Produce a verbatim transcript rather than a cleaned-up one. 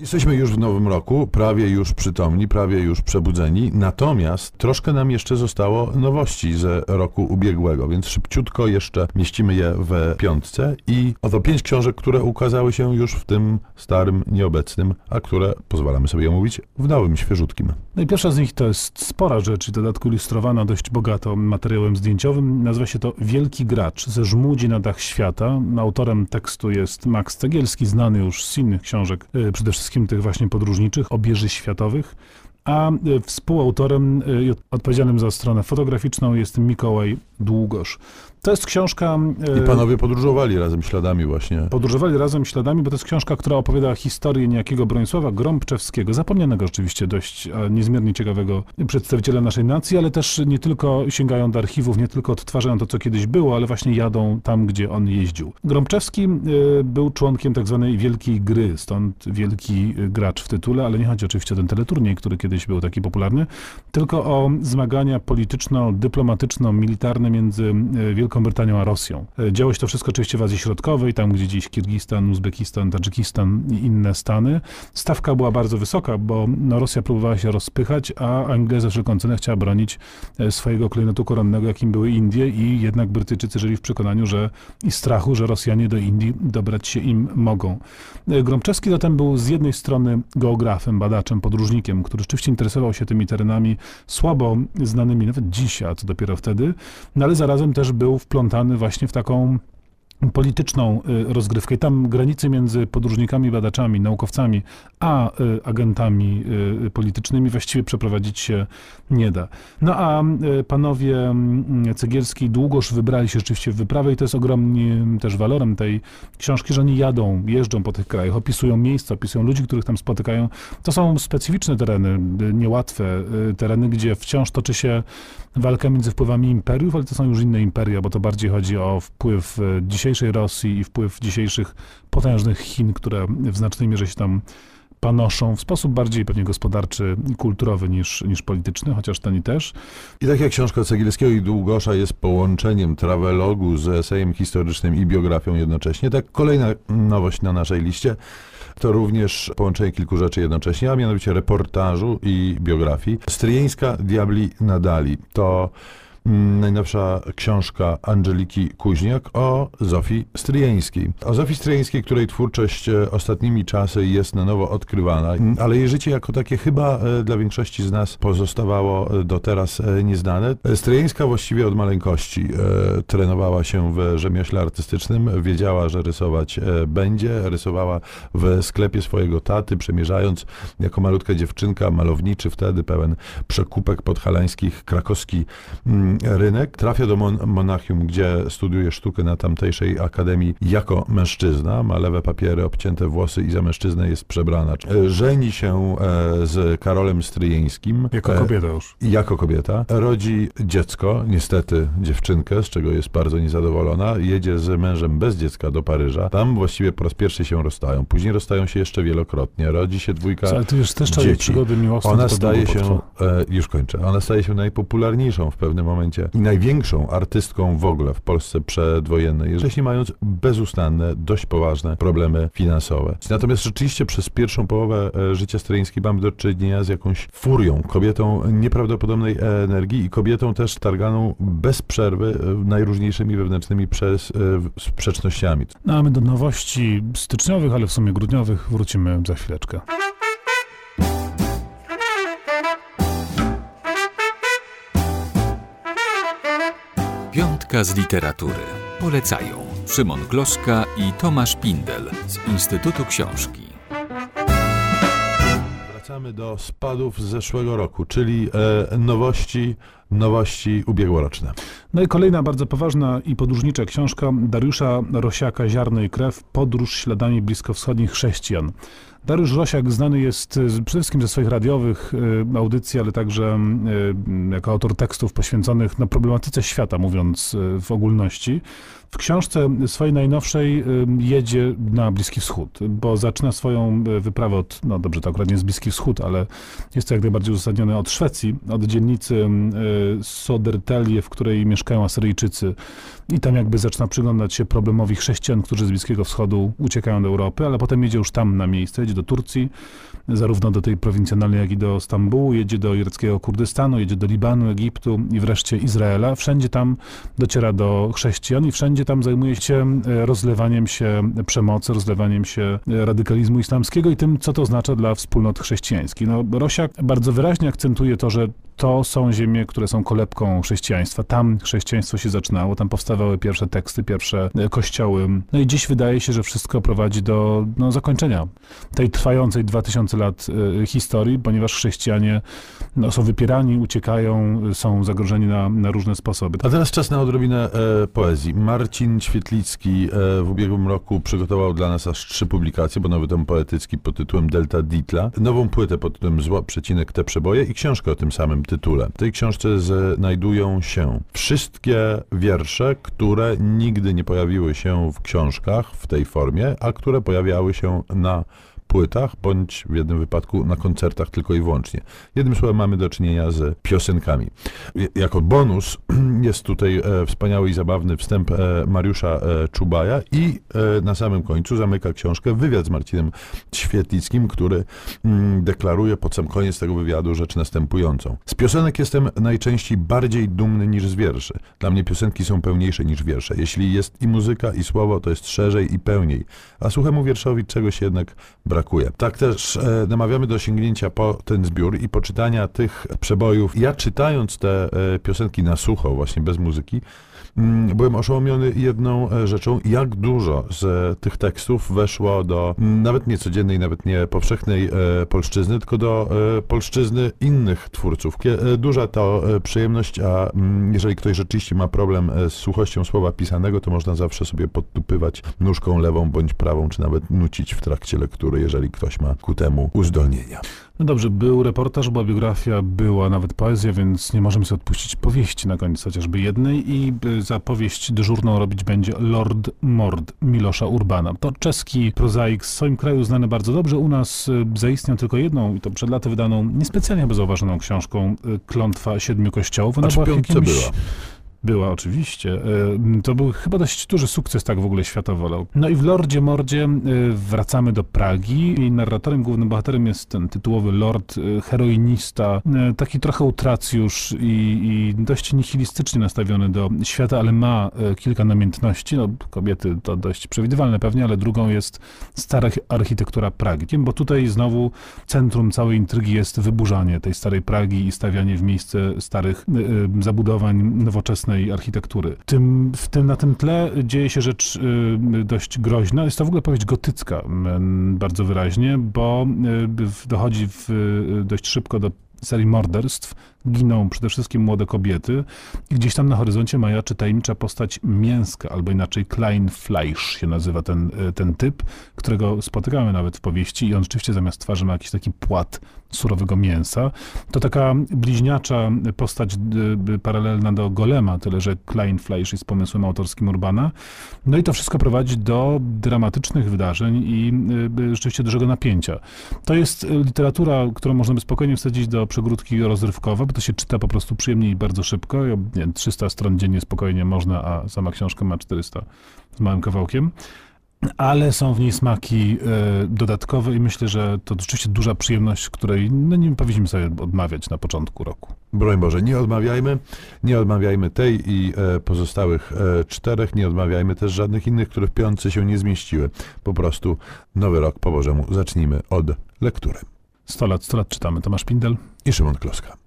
Jesteśmy już w nowym roku, prawie już przytomni, prawie już przebudzeni, natomiast troszkę nam jeszcze zostało nowości z roku ubiegłego, więc szybciutko jeszcze mieścimy je w piątce i oto pięć książek, które ukazały się już w tym starym, nieobecnym, a które pozwalamy sobie omówić w nowym, świeżutkim. No i pierwsza z nich to jest spora rzecz, w dodatku ilustrowana dość bogato materiałem zdjęciowym. Nazywa się to Wielki Gracz ze Żmudzi na dach świata. Autorem tekstu jest Max Cegielski, znany już z innych książek, przede wszystkim tych właśnie podróżniczych, obieży światowych, a współautorem i odpowiedzialnym za stronę fotograficzną jest Mikołaj Długosz. To jest książka... I panowie podróżowali razem śladami właśnie. Podróżowali razem śladami, bo to jest książka, która opowiada historię niejakiego Bronisława Grąbczewskiego, zapomnianego rzeczywiście dość niezmiernie ciekawego przedstawiciela naszej nacji, ale też nie tylko sięgają do archiwów, nie tylko odtwarzają to, co kiedyś było, ale właśnie jadą tam, gdzie on jeździł. Grąbczewski był członkiem tak zwanej Wielkiej Gry, stąd Wielki Gracz w tytule, ale nie chodzi oczywiście o ten teleturniej, który kiedyś był taki popularny, tylko o zmagania polityczno-dyplomatyczno-militarne między Wielką Brytanią a Rosją. Działo się to wszystko oczywiście w Azji Środkowej, tam gdzie dziś Kirgistan, Uzbekistan, Tadżykistan i inne stany. Stawka była bardzo wysoka, bo no, Rosja próbowała się rozpychać, a Anglia za wszelką cenę chciała bronić swojego klejnotu koronnego, jakim były Indie, i jednak Brytyjczycy żyli w przekonaniu, że i strachu, że Rosjanie do Indii dobrać się im mogą. Grąbczewski zatem był z jednej strony geografem, badaczem, podróżnikiem, który rzeczywiście interesował się tymi terenami słabo znanymi nawet dziś, a co dopiero wtedy, no ale zarazem też był wplątany właśnie w taką polityczną rozgrywkę. I tam granicy między podróżnikami, badaczami, naukowcami, a agentami politycznymi właściwie przeprowadzić się nie da. No a panowie Cegielski i Długosz wybrali się rzeczywiście w wyprawę i to jest ogromnym też walorem tej książki, że oni jadą, jeżdżą po tych krajach, opisują miejsca, opisują ludzi, których tam spotykają. To są specyficzne tereny, niełatwe tereny, gdzie wciąż toczy się walka między wpływami imperiów, ale to są już inne imperia, bo to bardziej chodzi o wpływ dzisiejszej Rosji i wpływ dzisiejszych potężnych Chin, które w znacznej mierze się tam panoszą w sposób bardziej pewnie gospodarczy i kulturowy niż, niż polityczny, chociaż ten też. I tak jak książka Cegielskiego i Długosza jest połączeniem trawelogu z esejem historycznym i biografią jednocześnie, tak kolejna nowość na naszej liście to również połączenie kilku rzeczy jednocześnie, a mianowicie reportażu i biografii. Stryjeńska Diabli Nadali to najnowsza książka Angeliki Kuźniak o Zofii Stryjeńskiej. O Zofii Stryjeńskiej, której twórczość ostatnimi czasy jest na nowo odkrywana, ale jej życie jako takie chyba dla większości z nas pozostawało do teraz nieznane. Stryjeńska właściwie od maleńkości trenowała się w rzemiośle artystycznym, wiedziała, że rysować będzie, rysowała w sklepie swojego taty, przemierzając jako malutka dziewczynka, malowniczy wtedy, pełen przekupek podhalańskich, krakowski rynek. Trafia do Mon- Monachium, gdzie studiuje sztukę na tamtejszej akademii jako mężczyzna, ma lewe papiery, obcięte włosy i za mężczyznę jest przebrana. Żeni się z Karolem Stryjeńskim. Jako kobieta już. Jako kobieta. Rodzi dziecko, niestety dziewczynkę, z czego jest bardzo niezadowolona. Jedzie z mężem bez dziecka do Paryża. Tam właściwie po raz pierwszy się rozstają. Później rozstają się jeszcze wielokrotnie. Rodzi się dwójka dzieci. Ale to już też dzieci. Przygody miłosne. Ona staje się, e, już kończę, ona staje się najpopularniejszą w pewnym momencie i największą artystką w ogóle w Polsce przedwojennej, jednocześnie mając bezustanne, dość poważne problemy finansowe. Natomiast rzeczywiście przez pierwszą połowę życia Stryjeńskiej mamy do czynienia z jakąś furią, kobietą nieprawdopodobnej energii i kobietą też targaną bez przerwy najróżniejszymi wewnętrznymi przez, sprzecznościami. No a my do nowości styczniowych, ale w sumie grudniowych wrócimy za chwileczkę. Piątka z literatury. Polecają Szymon Gloszka i Tomasz Pindel z Instytutu Książki. Wracamy do spadów z zeszłego roku, czyli e, nowości, nowości ubiegłoroczne. No i kolejna bardzo poważna i podróżnicza książka Dariusza Rosiaka „Ziarno i krew. Podróż śladami bliskowschodnich chrześcijan”. Dariusz Rosiak znany jest przede wszystkim ze swoich radiowych audycji, ale także jako autor tekstów poświęconych na problematyce świata, mówiąc w ogólności. W książce swojej najnowszej jedzie na Bliski Wschód, bo zaczyna swoją wyprawę od, no dobrze, to akurat nie jest Bliski Wschód, ale jest to jak najbardziej uzasadnione, od Szwecji, od dzielnicy Sodertalię, w której mieszkają Asyryjczycy i tam jakby zaczyna przyglądać się problemowi chrześcijan, którzy z Bliskiego Wschodu uciekają do Europy, ale potem jedzie już tam na miejsce, jedzie do Turcji, zarówno do tej prowincjonalnej, jak i do Stambułu, jedzie do ireckiego Kurdystanu, jedzie do Libanu, Egiptu i wreszcie Izraela. Wszędzie tam dociera do chrześcijan i wszędzie tam zajmuje się rozlewaniem się przemocy, rozlewaniem się radykalizmu islamskiego i tym, co to oznacza dla wspólnot chrześcijańskich. No, Rosiak bardzo wyraźnie akcentuje to, że to są ziemie, które są kolebką chrześcijaństwa. Tam chrześcijaństwo się zaczynało, tam powstawały pierwsze teksty, pierwsze kościoły. No i dziś wydaje się, że wszystko prowadzi do no, zakończenia tej trwającej dwa tysiące lat y, historii, ponieważ chrześcijanie no, są wypierani, uciekają, są zagrożeni na, na różne sposoby. A teraz czas na odrobinę e, poezji. Marcin Świetlicki e, w ubiegłym roku przygotował dla nas aż trzy publikacje, bo nowy tom poetycki pod tytułem Delta Ditla, nową płytę pod tytułem Zło, przecinek, te przeboje i książkę o tym samym tytule. W tej książce znajdują się wszystkie wiersze, które nigdy nie pojawiły się w książkach w tej formie, a które pojawiały się na płytach, bądź w jednym wypadku na koncertach tylko i wyłącznie. Jednym słowem mamy do czynienia z piosenkami. Jako bonus jest tutaj e, wspaniały i zabawny wstęp e, Mariusza e, Czubaja i e, na samym końcu zamyka książkę wywiad z Marcinem Świetlickim, który mm, deklaruje pod sam koniec tego wywiadu rzecz następującą. Z piosenek jestem najczęściej bardziej dumny niż z wierszy. Dla mnie piosenki są pełniejsze niż wiersze. Jeśli jest i muzyka, i słowo, to jest szerzej i pełniej. A suchemu wierszowi czegoś jednak brakuje. Tak też e, namawiamy do sięgnięcia po ten zbiór i poczytania tych przebojów. Ja czytając te e, piosenki na sucho, właśnie bez muzyki, mm, byłem oszołomiony jedną e, rzeczą, jak dużo z tych tekstów weszło do m, nawet nie codziennej, nawet nie powszechnej e, polszczyzny, tylko do e, polszczyzny innych twórców. Kie, e, duża to e, przyjemność, a m, jeżeli ktoś rzeczywiście ma problem e, z suchością słowa pisanego, to można zawsze sobie podtupywać nóżką lewą bądź prawą, czy nawet nucić w trakcie lektury, jeżeli ktoś ma ku temu uzdolnienia. No dobrze, był reportaż, była biografia, była nawet poezja, więc nie możemy sobie odpuścić powieści na koniec chociażby jednej i za powieść dyżurną robić będzie Lord Mord Milosza Urbana. To czeski prozaik w swoim kraju znany bardzo dobrze. U nas zaistniał tylko jedną i to przed laty wydaną niespecjalnie chyba zauważoną książką Klątwa Siedmiu Kościołów. Ona A czy była piątce jakimś... była? Była, oczywiście. To był chyba dość duży sukces, tak w ogóle światowo. No i w Lordzie Mordzie wracamy do Pragi i narratorem, głównym bohaterem jest ten tytułowy lord, heroinista, taki trochę utracjusz i, i dość nihilistycznie nastawiony do świata, ale ma kilka namiętności. No, kobiety to dość przewidywalne pewnie, ale drugą jest stara architektura Pragi, bo tutaj znowu centrum całej intrygi jest wyburzanie tej starej Pragi i stawianie w miejsce starych zabudowań nowoczesnych architektury. Tym, w tym, na tym tle dzieje się rzecz y, dość groźna. Jest to w ogóle powieść gotycka y, bardzo wyraźnie, bo y, dochodzi w, y, dość szybko do serii morderstw. Giną przede wszystkim młode kobiety i gdzieś tam na horyzoncie majaczy tajemnicza postać Mięska, albo inaczej Kleinfleisch się nazywa ten, ten typ, którego spotykamy nawet w powieści i on rzeczywiście zamiast twarzy ma jakiś taki płat surowego mięsa. To taka bliźniacza postać y, paralelna do Golema, tyle że Kleinfleisch jest pomysłem autorskim Urbana. No i to wszystko prowadzi do dramatycznych wydarzeń i y, rzeczywiście dużego napięcia. To jest literatura, którą można by spokojnie wsadzić do przegródki rozrywkowe, bo to się czyta po prostu przyjemnie i bardzo szybko. Nie wiem, trzysta stron dziennie spokojnie można, a sama książka ma czterysta z małym kawałkiem. Ale są w niej smaki e, dodatkowe i myślę, że to rzeczywiście duża przyjemność, której no, nie powinniśmy sobie odmawiać na początku roku. Broń Boże, nie odmawiajmy, nie odmawiajmy tej i e, pozostałych e, czterech, nie odmawiajmy też żadnych innych, które w piątce się nie zmieściły. Po prostu nowy rok po Bożemu zacznijmy od lektury. sto lat, sto lat czytamy. Tomasz Pindel i Szymon Kloska.